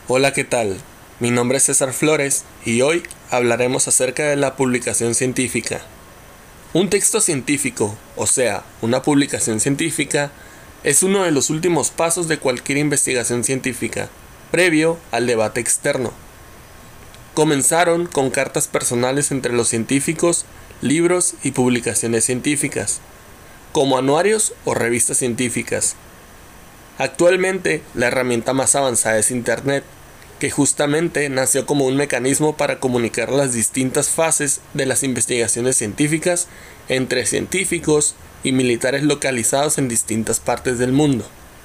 Hola, ¿qué tal? Mi nombre es César Flores y hoy hablaremos acerca de la publicación científica. Un texto científico, o sea, una publicación científica, es uno de los últimos pasos de cualquier investigación científica, previo al debate externo. Comenzaron con cartas personales entre los científicos, libros y publicaciones científicas, como anuarios o revistas científicas. Actualmente, la herramienta más avanzada es Internet, que justamente nació como un mecanismo para comunicar las distintas fases de las investigaciones científicas entre científicos y militares localizados en distintas partes del mundo.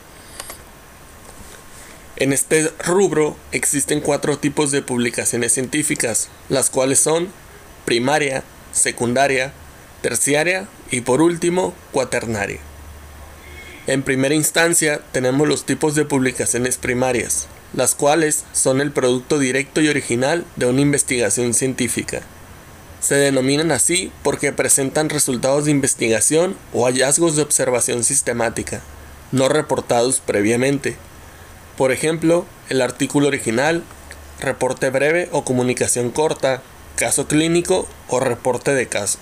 En este rubro existen 4 tipos de publicaciones científicas, las cuales son primaria, secundaria, terciaria y por último, cuaternaria. En primera instancia tenemos los tipos de publicaciones primarias, las cuales son el producto directo y original de una investigación científica. Se denominan así porque presentan resultados de investigación o hallazgos de observación sistemática, no reportados previamente. Por ejemplo, el artículo original, reporte breve o comunicación corta, caso clínico o reporte de caso.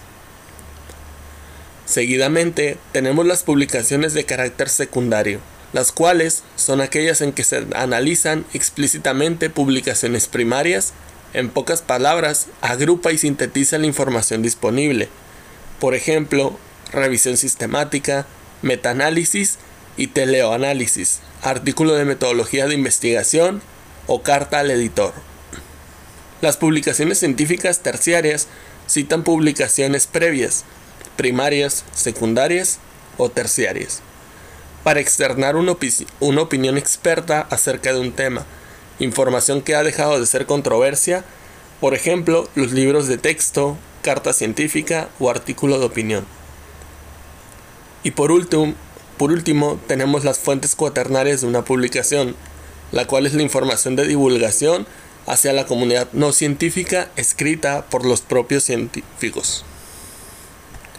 Seguidamente tenemos las publicaciones de carácter secundario, las cuales son aquellas en que se analizan explícitamente publicaciones primarias. En pocas palabras, agrupa y sintetiza la información disponible. Por ejemplo, revisión sistemática, metaanálisis y teleoanálisis, artículo de metodología de investigación o carta al editor. Las publicaciones científicas terciarias citan publicaciones previas, primarias, secundarias o terciarias, para externar una opinión experta acerca de un tema, información que ha dejado de ser controversia, por ejemplo, los libros de texto, carta científica o artículo de opinión. Y por último, tenemos las fuentes cuaternarias de una publicación, la cual es la información de divulgación hacia la comunidad no científica escrita por los propios científicos.